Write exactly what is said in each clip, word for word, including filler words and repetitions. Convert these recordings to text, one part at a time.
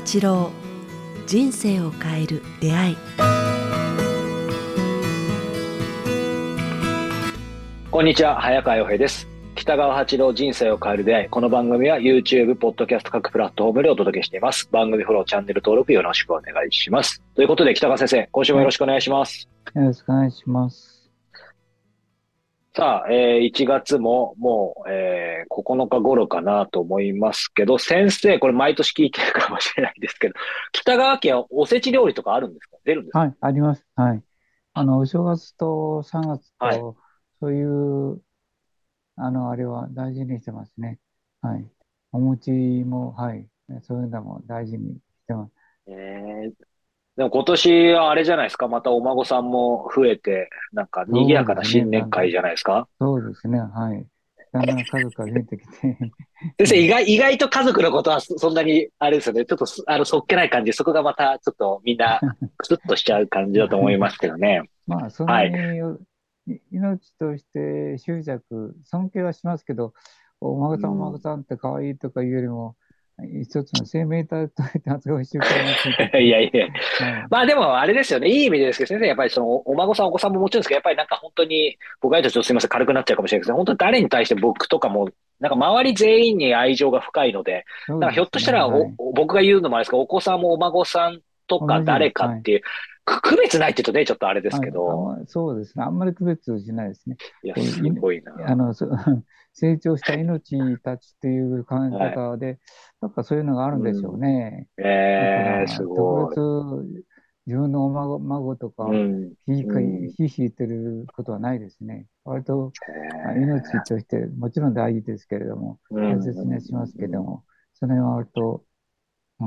八郎、人生を変える出会い。 こんにちは、早川洋平です。北川八郎、人生を変える出会い。この番組は YouTube、ポッドキャスト各プラットフォームでお届けしています。番組フォロー、チャンネル登録よろしくお願いします。ということで、北川先生、今週もよろしくお願いします。 よろしくお願いします。 さあ、えー、いちがつももう、えー、ここのか頃かなと思いますけど、先生、これ毎年聞いてるかもしれないですけど、北川家はおせち料理とかあるんですか？出るんですか？ はい、あります。はい。あの、お正月とさんがつはい。 と、そういう、あの、あれは大事にしてますね。はい。お餅も、はい。そういうのも大事にしてます。 えー、でも今年はあれじゃないですか。またお孫さんも増えて、なんか賑やかなそうですね。 新年会だんだん、 じゃないですか。 そうですね。はい。だんだん家族が増えてきて、 先生、意うん、 外、意外と家族のことはそそんなに、あれですよね。ちょっとす、あの、そっけない感じで、そこがまた、ちょっとみんな、クスッとしちゃう感じだと思いますけどね。 まあ、そんなはい。 によい命として執着、尊敬はしますけど、お孫さん、お孫うん。 さんって可愛いとかいうよりも、一つの生命体として扱う習慣がついてて、 いやいや。 はい。 まあでも、あれですよね。いい意味でですけど、先生、やっぱりその、お孫さん、お子さんももちろんですけど、やっぱりなんか本当に、僕が言うとちょっとすみません、軽くなっちゃうかもしれないですけど、本当に誰に対して僕とかも、なんか周り全員に愛情が深いので、なんかひょっそうですね。 としたらお、 はい。 お僕が言うのもあれですけど、お子さんもお孫さんとか同じです。 誰かはい。 っていう、く区別ないって言うとね、ちょっとあれですはい。あんけど、 ま、そうですね。あんまり区別しないですね。 いや、 こう、 すい、 ごいな。 あの、そ成長した命たちという考えはい。 方で、なんかそういうのがあるんでしょううん。 ね。だかえー、すら、特ごい。 別、自分のお孫、孫とか、 うん。 ひいかい、 うん。 ひいひいてることはないですね。割と、まあ、命えとして、もちろん大事ですけれども、 ー、うん。 大うん。 切にはしますけうん。うん。 ども、それは割と、うん、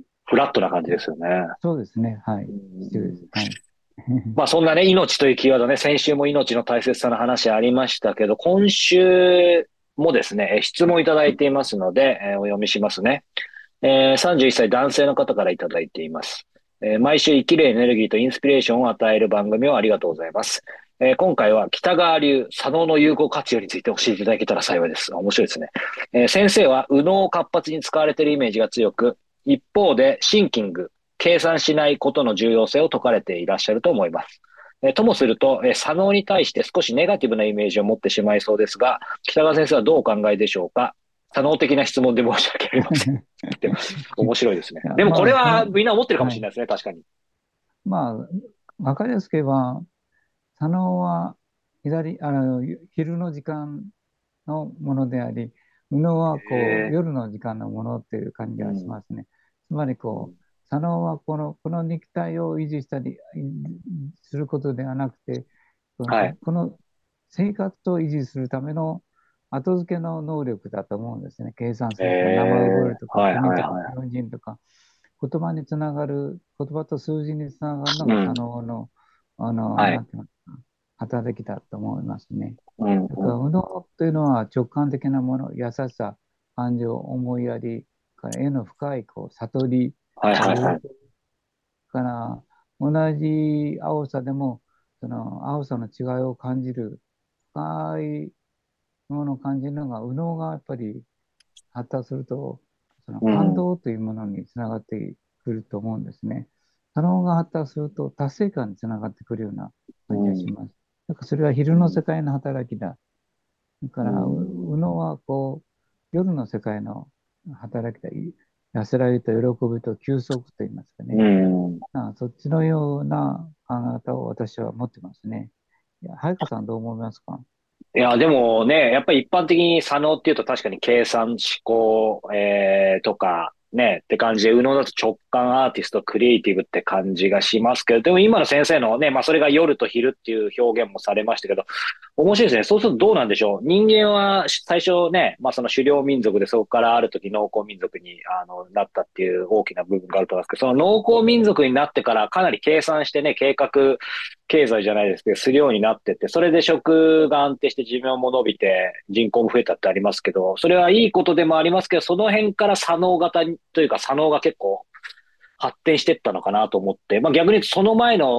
フラットな感じですよね。 そうですね。はい。 うん。 必要です。 うん。 はい。 まあそんなね、命というキーワードね、先週も命の大切さの話ありましたけど、今週もですね、え質問いただいていますので、えーお読みしますね。えーさんじゅういっさい男性の方からいただいています。えー毎週生きるエネルギーとインスピレーションを与える番組をありがとうございます。えー今回は北川流左脳の有効活用について教えていただけたら幸いです。面白いですね。えー先生は右脳を活発に使われているイメージが強く、一方でシンキング、計算しないことの重要性を説かれていらっしゃると思います。えーともすると、えー左脳に対して少しネガティブなイメージを持ってしまいそうですが、北川先生はどうお考えでしょうか？左脳的な質問で申し訳ありません。でも面白いですね。 いや、 でもこまあ、それはの、 みんな思ってるかもはい。 しれないですね、確かに。 まあ、わかりやすく言えば、左脳は左、あの、昼の時間のものであり、右脳はこう、 へえ。 夜の時間のものっていう感じがしうん。 ますね。つまりこう、 うん。 左脳はこの、この肉体を維持したりすることではなくて、この、 はい。 この生活を維持するための後付けの能力だと思うんですね。計算すへるとか、名前を覚ええ。 るとか、 はい国とか、 はいは日本人とか、言葉につながる、言葉と数字につながるのい。うが左ん。 脳の、あの、 はい。 なんていうのかな、働きだと思いますね。 うん。 だから、 うん。 右脳というのは直感的なもの、優しさ、感情、思いやり、から絵の深いこう悟り、 はい喜びはいはい。 から同じ青さでも、その青さの違いを感じる、深いものを感じるのが、右脳がやっぱり発達すると、そのうん。 感動というものにつながってくると思うんですね。左脳が発達すると達成感につながってくるような感じがうん。 します。だからそれは昼の世界の働きだ。だかうら、う右ん。 脳はこう、夜の世界の働きだ。安らぎと喜びと休息といいますかうね。 ん。 ああ、そっちのような考え方を私は持ってますね。いや、早川さんどう思いますか？ いや、でもね、やっぱり一般的に左脳っていうと確かに計算思考、えー、とか、ね、って感じで、右脳だと直感アーティスト、クリエイティブって感じがしますけど、でも今の先生のね、まあそれが夜と昼っていう表現もされましたけど、面白いですね。そうするとどうなんでしょう。人間は最初ね、まあその狩猟民族でそこからある時農耕民族にあのなったっていう大きな部分があると思いますけど、その農耕民族になってからかなり計算してね、計画経済じゃないですけど、するようになってって、それで食が安定して寿命も伸びて人口も増えたってありますけど、それはいいことでもありますけど、その辺から左脳型というか左脳が結構発展していったのかなと思って、まあ逆に言うとその前の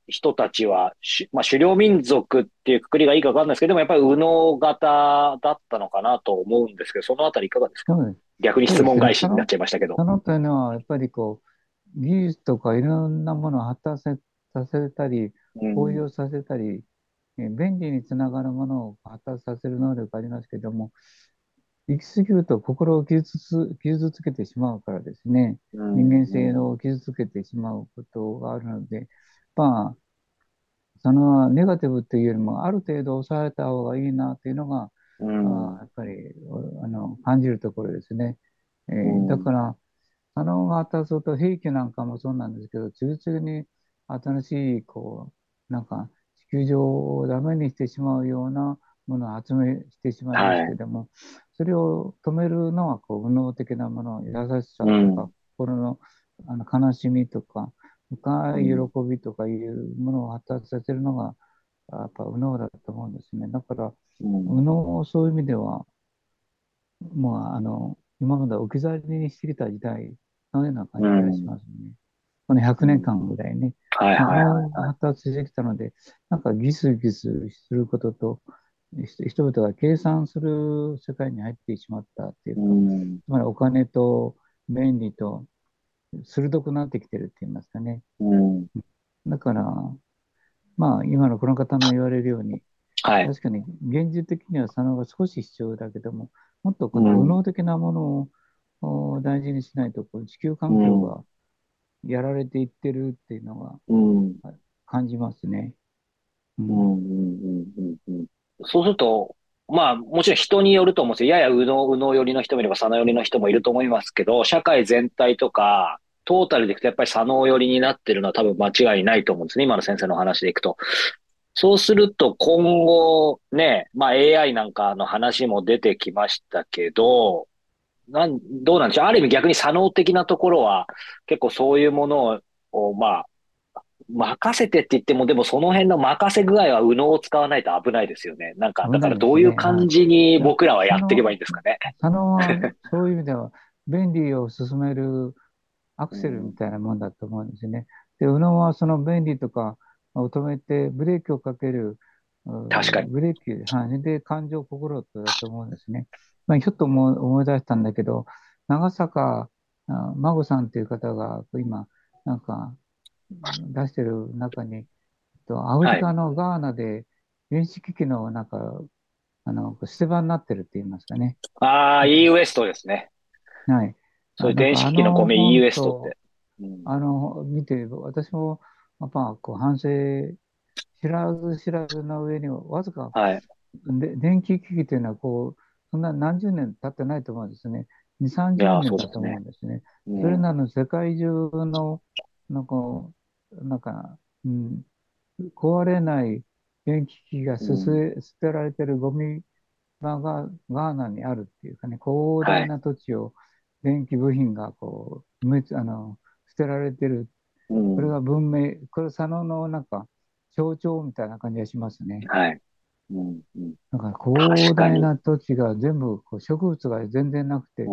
人たちは、しまあ、狩猟民族っていうくくりがいいかわかんないですけど、でもやっぱり右脳型だったのかなと思うんですけど、そのあたりいかがですか？ そうです。 逆に質そうですよね。 問返しになっその、 ちゃいましたけど。 そのというのは、やっぱりこう、技術とかいろんなものを発達させさせたり、 うん。 応用させたり、えー便利につながるものを発達させる能力がありますけども、行き過ぎると心を傷つ、傷つけてしまうからですね、 う人間ん。うん。 性を傷つけてしまうことがあるので、まあ、そのネガティブというよりも、ある程度抑えた方がいいなというのが、 うあー、 ん。 やっぱりあの感じるところですね。えうーだかん。 ら、佐野が発達すると兵器なんかもそうなんですけど、次々に新しい、こう、なんか地球上をダメにしてしまうようなものを集めしてしまいますはい。 けども、それを止めるのは、こう、右脳的なもの、優しさとか、 うん。 心の、あの悲しみとか、深い喜うん。 びとかいうものを発達させるのが、やっぱ右脳だと思うんですね。だから、 うん。 右脳をそういう意味では、まあ、あの、今まで置き去りにしてきた時代のようなう感じがしん。 ますね。この100 うん。 年間ぐらいね。 はいはいまあ、あはいはい。 の発達してきたので、なんかギスギスすることと、人人々が計算する世界に入ってしまったっていううか、 ん。 つまりお金と便利と鋭くなってきてるって言いますかね。 うん。 だから、まあ、今のこの方の言われるように、 はい。 確かに現実的にはその方が少し必要だけども、もっとこの右うん。 脳的なものをお大事にしないと、こう地球うん。 環境がやられていってるっていうのがうん。 はい感じますね。ううん。うん。 ん。うん。うん。そうすると、まあ、もちろん人によると思うんですよ。やや右脳、右脳寄りの人もいれば左脳寄りの人もいると思いますけど、社会全体とか、トータルでいくとやっぱり左脳寄りになってるのは多分間違いないと思うんですね。今の先生の話でいくと。そうすると今後ね、まあ エーアイ なんかの話も出てきましたけど、なん、どうなんでしょう。ある意味逆に左脳的なところは結構そういうものを、まあ、任せてって言っても、でもその辺の任せ具合は右脳を使わないと危ないですよね。なんか、 危だかないですね。 らどういうはい。 感じにいや、 僕らはやっていけばいい佐野、 んですかね。 佐野はそういう意味では便利を進めるアクセルみうん、 たいなもんだと思うんですね。で、右脳はその便利とかを止めてブレーキをかける、う確かに。 ーブレーキ、はい、で感情、心だと思うんですね。まあ、ちょっと思い思い出したんだけど、長坂あ真帆さんという方が今、なんか出してる中に、とアフはい。 リカのガーナで電子機器のなんか、あの、捨て場になってるって言いますかね。 ああ、 なんか、 イーユーエストですね。 はい。あ、 そういう電子なんかあ機器の米の本イーユーエストっと、 て。うん、 あの、見て、私も、まあ、こう反省、知らず知らずの上に、わずか、 はい。 で、電気機器というのは、こう、そんな何十年経ってないと思うんですね。に、30 いやー、 年だと思うそうですね。 んですね。それうん、 なのに世界中の、なんか、なんか、うん、壊れない電気機器が捨うん、 て捨てられてるゴミ場がガーナにあるっていうかね、広はい。 大な土地を電気部品がこう、埋めあの、捨てられてる。 うん、 これが文明、これ佐野のなんか象徴みたいな感じがしますね。 はい。うん、うん。 だから確かに。 広大な土地が全部こう植物が全然なくて、 うん、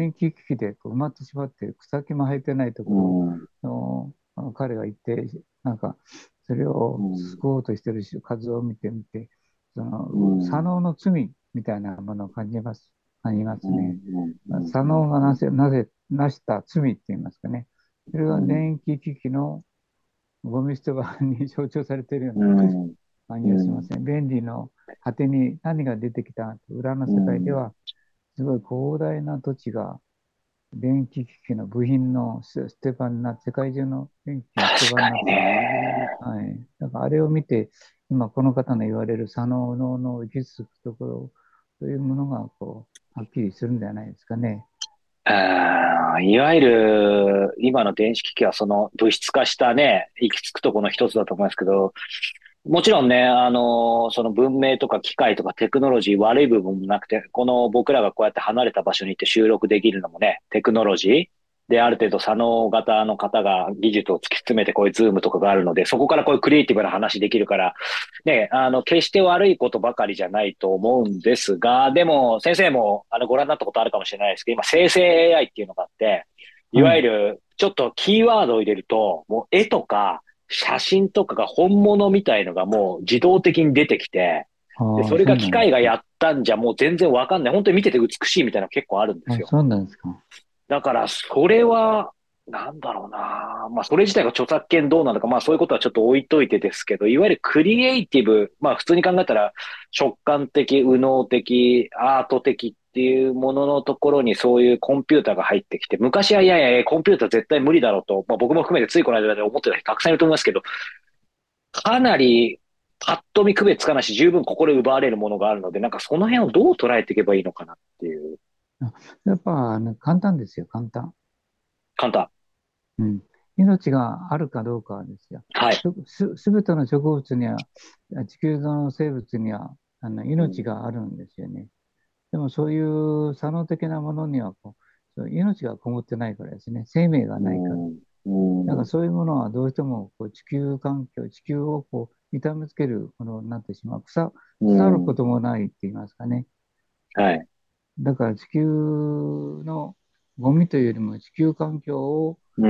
電気機器でこう埋まってしまって、草木も生えてないとうころん、 のあの彼が行って、なんかそれをうん、 救おうとしている活動を見てみて、そうの左ん、 脳の罪みたいなものを感じます、感じまうん、 すね。 うん、うん、 左脳がなぜ、なぜ、なした罪って言いますかね。それがうん、 電気機器のゴミ捨て場に象徴されているようなうん、 感じがしまうん、 すね。便利の果てに何が出てきた裏のう世界でん。 は、すごい広大な土地が電気機器の部品の捨て場になって、世界中の電気の捨て確か場になっている。 にね。 はい。だからあれを見て、今この方の言われる左脳脳の行き着くところというものが、こう、はっきりするんじゃないですかね。 あーいわゆる、今の電子機器はその物質化したね、行き着くところの一つだと思いますけど、もちろんね、あの、その文明とか機械とかテクノロジー悪い部分もなくて、この僕らがこうやって離れた場所に行って収録できるのもね、テクノロジーである程度左脳型の方が技術を突き詰めてこういうズームとかがあるので、そこからこういうクリエイティブな話できるから、ね、あの、決して悪いことばかりじゃないと思うんですが、でも先生もあのご覧になったことあるかもしれないですけど、今生成 エーアイ っていうのがあって、いはい。 わゆるちょっとキーワードを入れると、もう絵とか写真とかが本物みたいのがもう自動的に出てきて、で、 ああ、 それそうなんですが機械がやったんじゃもう全然わかんない。本当に見てて美しいみたいなの結構あるんでか。あ、 すよ。 そうなんですか。 だから、それは、なんだろうな。まあ、それ自体が著作権どうなのか、まあ、そういうことはちょっと置いといてですけど、いわゆるクリエイティブ、まあ、普通に考えたら、直感的、右脳的、アート的っていうもののところにそういうコンピューターが入ってきて、昔はいやいや、コンピューター絶対無理だろうと、まあ、僕も含めてついこの間まで思ってた人たくさんいると思いますけど、かなり、パッと見区別つかないし、十分心奪われるものがあるので、なんかその辺をどう捉えていけばいいのかなっていう、 あ、やっぱ、あの、簡単ですよ、簡単。 簡単。 うん。命があるかどうかですよ。 はい。 す、すべての植物には、地球上の生物には、あの、 うん。 命があるんですよね。でもそういう作能的なものにはこう、そう命がこもってないからですね。生命がうないから。 ん。うん。 だからそういうものはどうしてもこう地球環境、地球をこう痛めつけるものになってしまう。腐、 う腐るこん。 ともないって言いますかね。 はい。 だから地球のゴミというよりも地球環境をうん。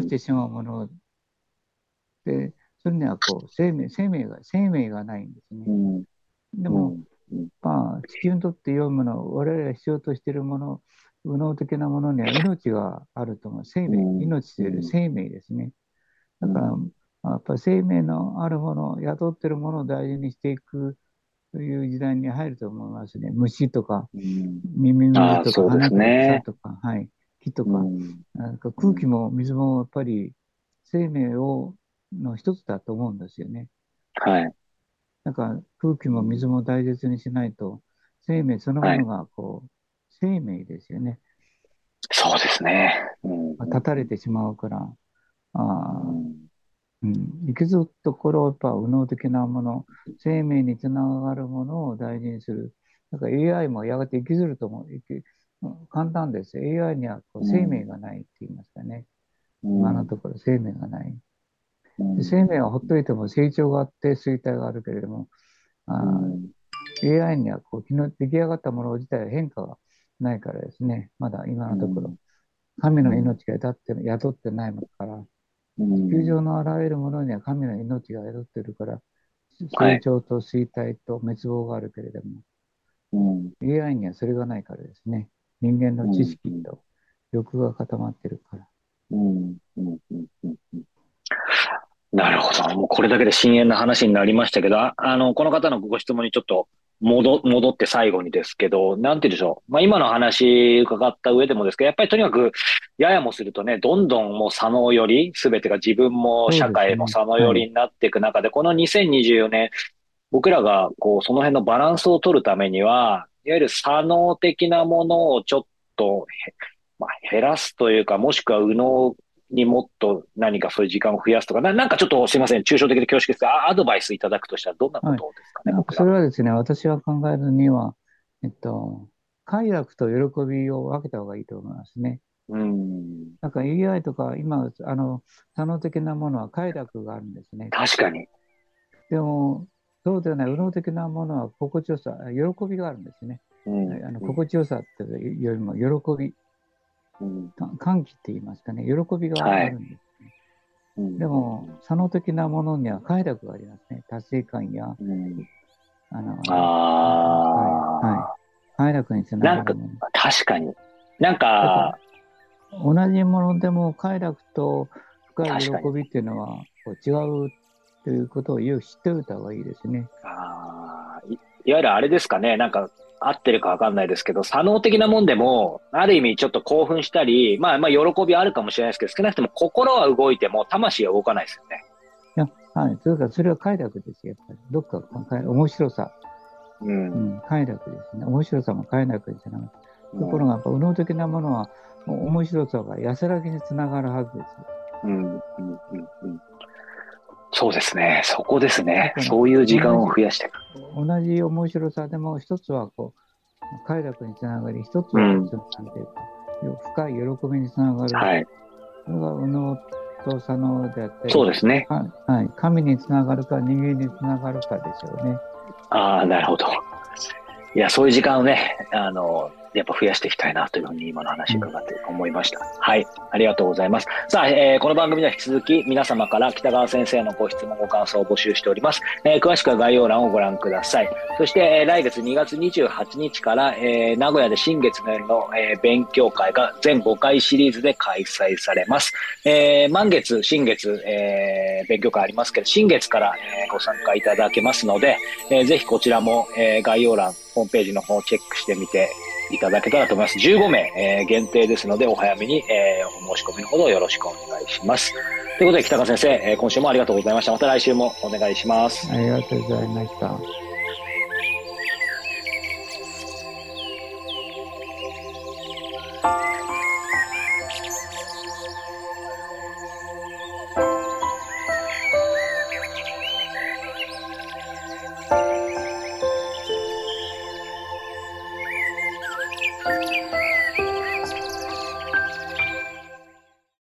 壊してしまうもので、それにはこう生命、生命が、生命がないんですね。 うん。 でも、 うん。うん。 まあ、地球にとって良いもの、我々が必要としているもの、右脳的なものには命があると思う。生命、 うん。 命というよりうん。 生命ですね。だから、 うん。 まあやっぱり生命のあるもの、宿っているものを大事にしていくという時代に入ると思いますね。虫とか、 うん。 耳水ああ、 とか、 そうです花とか、草ね。 とか、はい、木とうか、 ん。 なんかうん。 空気も水もやっぱり生命をの一つだと思うんですよね。 はい。 だから空気も水うん。 も大切にしないと、生命そのもはい。 のがこう、生命ですよね。 そうですね。うん。 まあ、 うん。 断たれてしまうから、あうん。 うん、行き着くところはやっぱ右脳的なもの、生命につながるものを大事にする。だから エーアイ もやがて生きずると思う。生き簡単です。エーアイ にはこうう生命がん。 ないって言いますかね。 う今のん。 ところ生命がない。で、 うん。 生命はほっといても成長があって衰退があるけれども、あうん。 エーアイ にはこう昨日出来上がったもの自体は変化がないからですね。まだ今のところ。神のうん。 命が宿って宿ってないものから、 う地球上ん。 のあらゆるものには神の命が宿っているから、 はい。 成長と衰退と滅亡があるけれども、 うん。 エーアイ にはそれがないからですね。人間の知うん。うん。 識と欲が固まってるから。 うん。うん。うん。なるほど。もうこれだけで深淵な話になりましたけど、あ、あの、この方のご質問にちょっと戻、戻って最後にですけど、なんて言うんでしょう。まあ今の話伺った上でもですけど、やっぱりとにかく、ややもするとね、どんどんもう左脳寄り、すべてが自分もそう社ですね。 会も左脳寄はい。 りになっていく中で、このにせんにじゅうよねん、僕らがこう、その辺のバランスを取るためには、いわゆる左脳的なものをちょっとまあ、減らすというか、もしくは右脳にもっと何かそういう時間を増やすとか、な、なんかちょっとすいません、抽象的で恐縮ですが、あアドバイスいただくとしたらどんなこはい。 とですかね、 なんか僕らは。 それはですね、私が考えるには、えっと、快楽と喜びを分けた方がいいと思いますね。 うん。 なんか エーアイ とか今、あの、多能的なものは快楽があるんですね。 確かに。 でも、そうではない、右脳的なものは心地よさ、喜びがあるんですね。 うん。 あのうん。 心地よさっていうよりも喜び、 うん。 歓喜って言いますかね、喜びがはい。 あるんですね。 うん。 でも、左脳的なものには快楽がありますね。達成感や、 うん。 あの、はい、はい。 ああ。 快楽につななんか、 がるもの。 確かに。なんだから、 か、 同じものでも快楽と深い喜確かに。 びっていうのはこう違うということをよく知っておいた方がいいですね。 ああ、い、いわゆるあれですかね、なんか、合ってるかわかんないですけど、左脳的なもんでも、ある意味ちょっと興奮したり、まあまあ喜びあるかもしれないですけど、少なくとも心は動いても魂は動かないですよね。 いや、はい。それからそれは快楽ですよ、やっぱり。どっか快面白さ、 うん。 うん、快楽ですね。面白さも快楽ですな。ところが、 うん。 やっぱ右脳的なものは、もう面白さが安らぎにつながるはずです。 うん。うん。うん。うん。そうですね。そこですね。 だから、 そういう時間を同じ、 増やしていく。 同じ面白さでも、一つはこう、快楽につながり、一つは、 うん。 そのなんていうか、深い喜びにつながる。 はい。 それが右脳と左脳であったり、 そうですね。 ははい、神につながるか人間につながるかでしょうね。 ああ、なるほど。いや、そういう時間をね、あの、 やっぱ増やしていきたいなというふうに今の話を伺って思いました。はい。ありがとうございます。さあ、えー、この番組では引き続き皆様から北川先生のご質問ご感想を募集しております。えー、詳しくは概要欄をご覧ください。そして、えー、来月にがつにじゅうはちにちから、えー、名古屋で新月の夜の、えー、勉強会が全ごかいシリーズで開催されます。えー、満月、新月、えー、勉強会ありますけど、新月から、えー、ご参加いただけますので、えー、ぜひこちらも、えー、概要欄、ホームページの方をチェックしてみていただけたらと思います。じゅうごめい、えー、限定ですので、お早めに、えー、お申し込みのほどよろしくお願いします。ということで、北川先生、えー、今週もありがとうございました。また来週もお願いします。 ありがとうございました。